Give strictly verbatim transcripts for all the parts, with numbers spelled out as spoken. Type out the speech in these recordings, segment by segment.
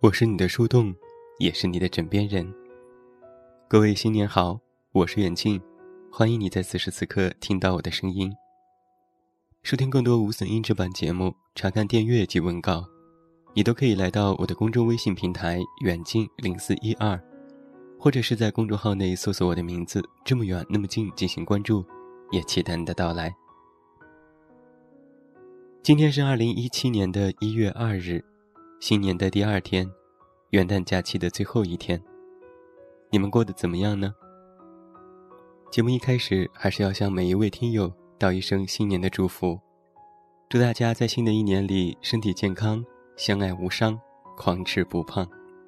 我是你的树洞，也是你的枕边人。各位新年好，我是远近，欢迎你在此时此刻听到我的声音。收听更多无损音质版节目，查看订阅及文稿，你都可以来到我的公众微信平台远近零四一二，或者是在公众号内搜索我的名字这么远那么近进行关注，也期待你的到来。今天是二零一七年的一月二日，新年的第二天，元旦假期的最后一天，你们过得怎么样呢？节目一开始还是要向每一位听友道一声新年的祝福，祝大家在新的一年里身体健康，相爱无伤，狂吃不胖。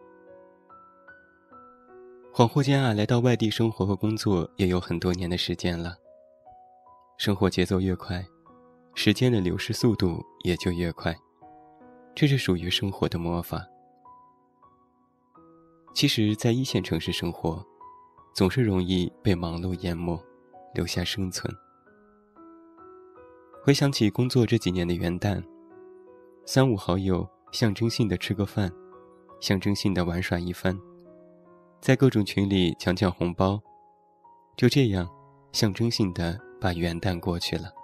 恍惚间啊，来到外地生活和工作也有很多年的时间了。生活节奏越快，时间的流逝速度也就越快，这是属于生活的魔法。其实在一线城市生活，总是容易被忙碌淹没，留下生存。回想起工作这几年的元旦，三五好友象征性的吃个饭，象征性的玩耍一番，在各种群里抢抢红包，就这样象征性的把元旦过去了。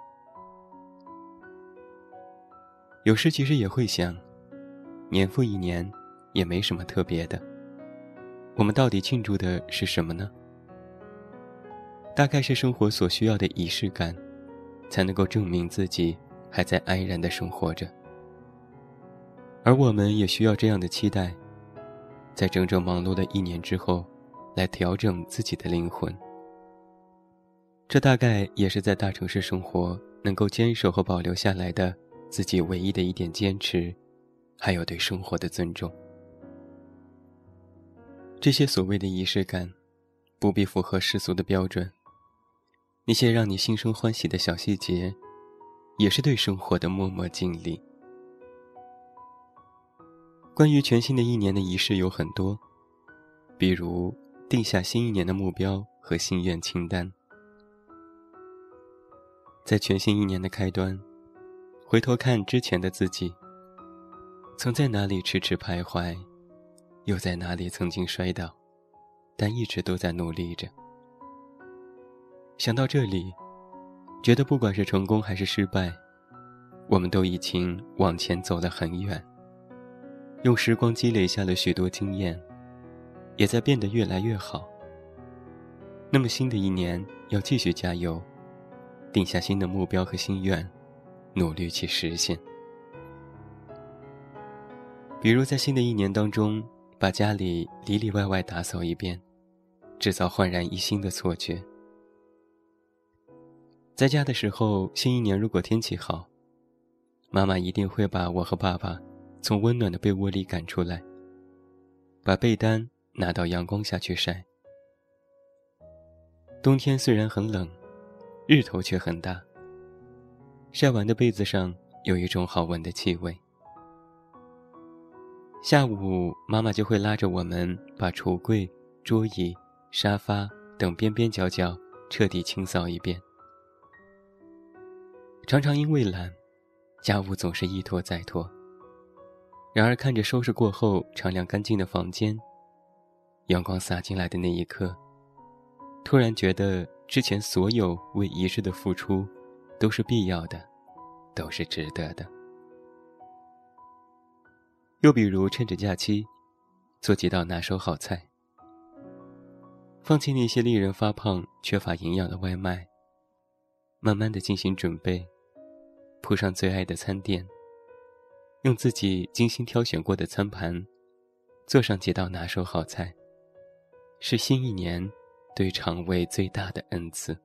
有时其实也会想，年复一年也没什么特别的，我们到底庆祝的是什么呢？大概是生活所需要的仪式感，才能够证明自己还在安然地生活着。而我们也需要这样的期待，在整整忙碌的一年之后，来调整自己的灵魂。这大概也是在大城市生活能够坚守和保留下来的自己唯一的一点坚持，还有对生活的尊重。这些所谓的仪式感，不必符合世俗的标准，那些让你心生欢喜的小细节，也是对生活的默默尽力。关于全新的一年的仪式有很多，比如定下新一年的目标和心愿清单。在全新一年的开端，回头看之前的自己，曾在哪里迟迟徘徊，又在哪里曾经摔倒，但一直都在努力着。想到这里，觉得不管是成功还是失败，我们都已经往前走了很远，用时光积累下了许多经验，也在变得越来越好。那么新的一年要继续加油，定下新的目标和心愿，努力去实现。比如在新的一年当中，把家里里里外外打扫一遍，制造焕然一新的错觉。在家的时候，新一年如果天气好，妈妈一定会把我和爸爸从温暖的被窝里赶出来，把被单拿到阳光下去晒。冬天虽然很冷，日头却很大，晒完的被子上有一种好闻的气味。下午妈妈就会拉着我们把橱柜、桌椅、沙发等边边角角彻底清扫一遍。常常因为懒，家务总是一拖再拖。然而看着收拾过后敞亮干净的房间，阳光洒进来的那一刻，突然觉得之前所有为仪式的付出都是必要的，都是值得的。又比如趁着假期做几道拿手好菜，放弃那些令人发胖缺乏营养的外卖，慢慢地进行准备，铺上最爱的餐垫，用自己精心挑选过的餐盘做上几道拿手好菜，是新一年对肠胃最大的恩赐。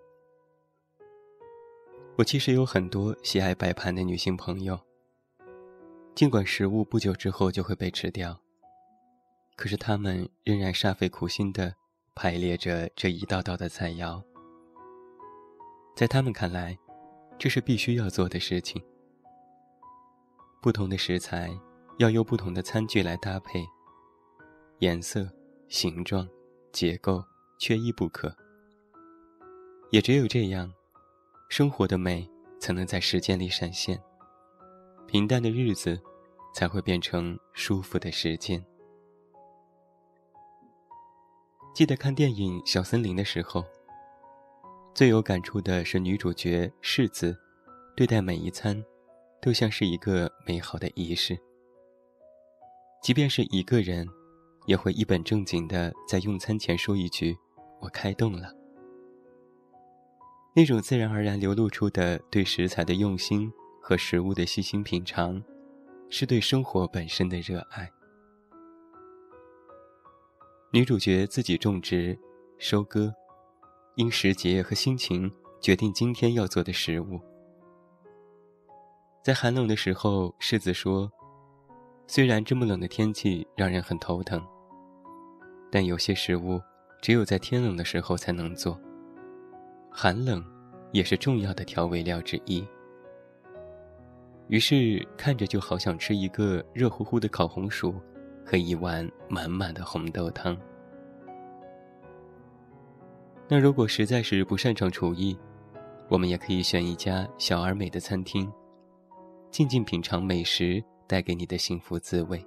我其实有很多喜爱摆盘的女性朋友，尽管食物不久之后就会被吃掉，可是她们仍然煞费苦心地排列着这一道道的菜肴。在她们看来，这是必须要做的事情。不同的食材要用不同的餐具来搭配，颜色、形状、结构缺一不可。也只有这样，生活的美才能在时间里闪现，平淡的日子才会变成舒服的时间。记得看电影《小森林》的时候，最有感触的是女主角世子对待每一餐都像是一个美好的仪式，即便是一个人也会一本正经地在用餐前说一句我开动了。那种自然而然流露出的对食材的用心和食物的细心品尝，是对生活本身的热爱。女主角自己种植、收割，因时节和心情决定今天要做的食物。在寒冷的时候，世子说，虽然这么冷的天气让人很头疼，但有些食物只有在天冷的时候才能做，寒冷也是重要的调味料之一。于是看着就好想吃一个热乎乎的烤红薯和一碗满满的红豆汤。那如果实在是不擅长厨艺，我们也可以选一家小而美的餐厅，静静品尝美食带给你的幸福滋味。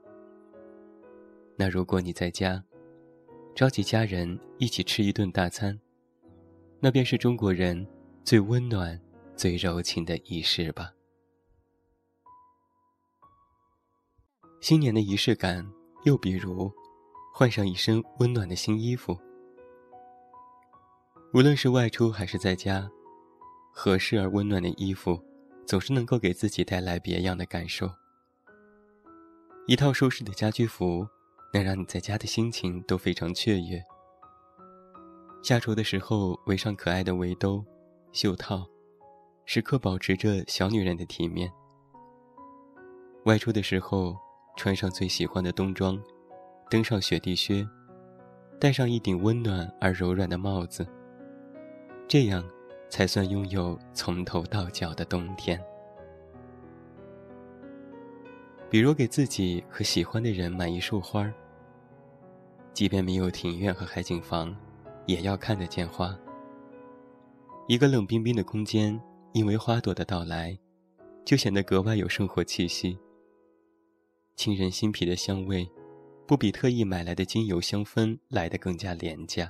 那如果你在家，召集家人一起吃一顿大餐，那便是中国人最温暖、最柔情的仪式吧。新年的仪式感，又比如换上一身温暖的新衣服。无论是外出还是在家，合适而温暖的衣服总是能够给自己带来别样的感受。一套舒适的家居服能让你在家的心情都非常雀跃。下厨的时候围上可爱的围兜、袖套，时刻保持着小女人的体面。外出的时候穿上最喜欢的冬装，登上雪地靴，戴上一顶温暖而柔软的帽子，这样才算拥有从头到脚的冬天。比如给自己和喜欢的人买一束花，即便没有庭院和海景房，也要看得见花。一个冷冰冰的空间，因为花朵的到来，就显得格外有生活气息。沁人心脾的香味，不比特意买来的精油香氛来得更加廉价。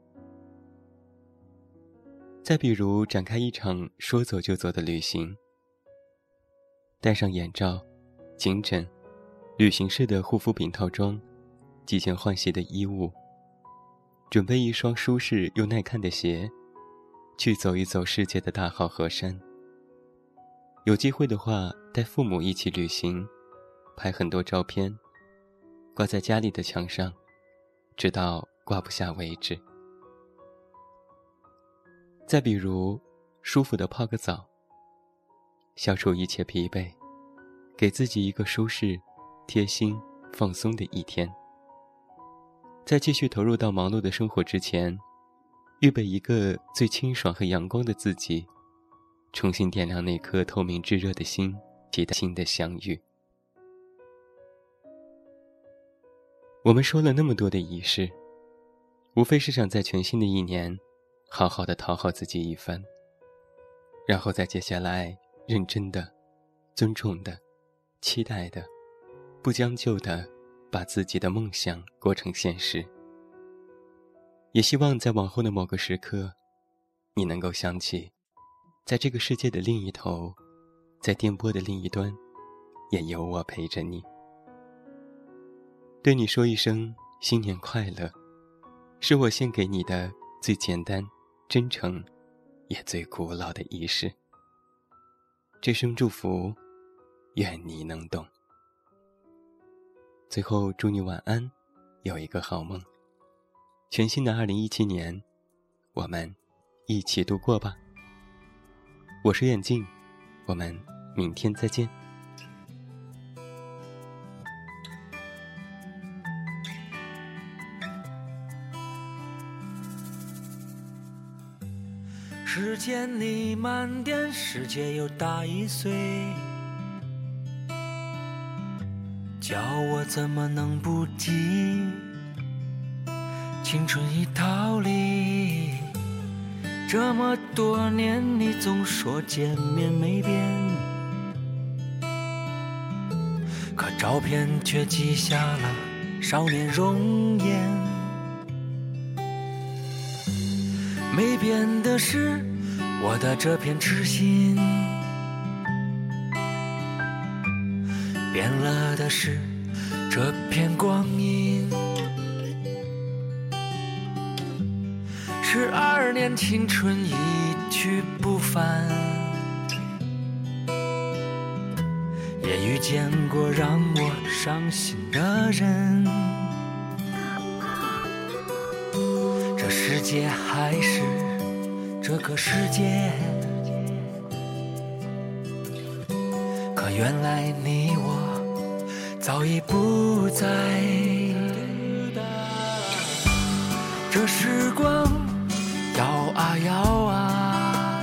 再比如展开一场说走就走的旅行，戴上眼罩、颈枕、旅行式的护肤品套装、即将换洗的衣物，准备一双舒适又耐看的鞋，去走一走世界的大好河山。有机会的话，带父母一起旅行，拍很多照片，挂在家里的墙上，直到挂不下为止。再比如舒服的泡个澡，消除一切疲惫，给自己一个舒适、贴心、放松的一天。在继续投入到忙碌的生活之前，预备一个最清爽和阳光的自己，重新点亮那颗透明炙热的心，期待新的相遇。我们说了那么多的仪式，无非是想在全新的一年好好的讨好自己一番，然后在接下来认真的、尊重的、期待的、不将就的把自己的梦想过成现实。也希望在往后的某个时刻，你能够想起，在这个世界的另一头，在电波的另一端，也有我陪着你。对你说一声新年快乐，是我献给你的最简单、真诚，也最古老的仪式。这声祝福，愿你能懂。最后祝你晚安，有一个好梦。全新的二零一七年，我们一起度过吧。我是远近，我们明天再见。 时间里慢点，世界又大一岁，叫我怎么能不记？青春已逃离，这么多年你总说见面没变， 可照片却记下了少年容颜。没变的是我的这片痴心，变了的是这片光阴。十二年青春一去不返，也遇见过让我伤心的人。这世界还是这个世界，可原来你我早已不在。这时光摇啊摇啊，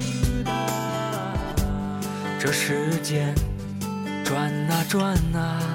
这时间转啊转啊，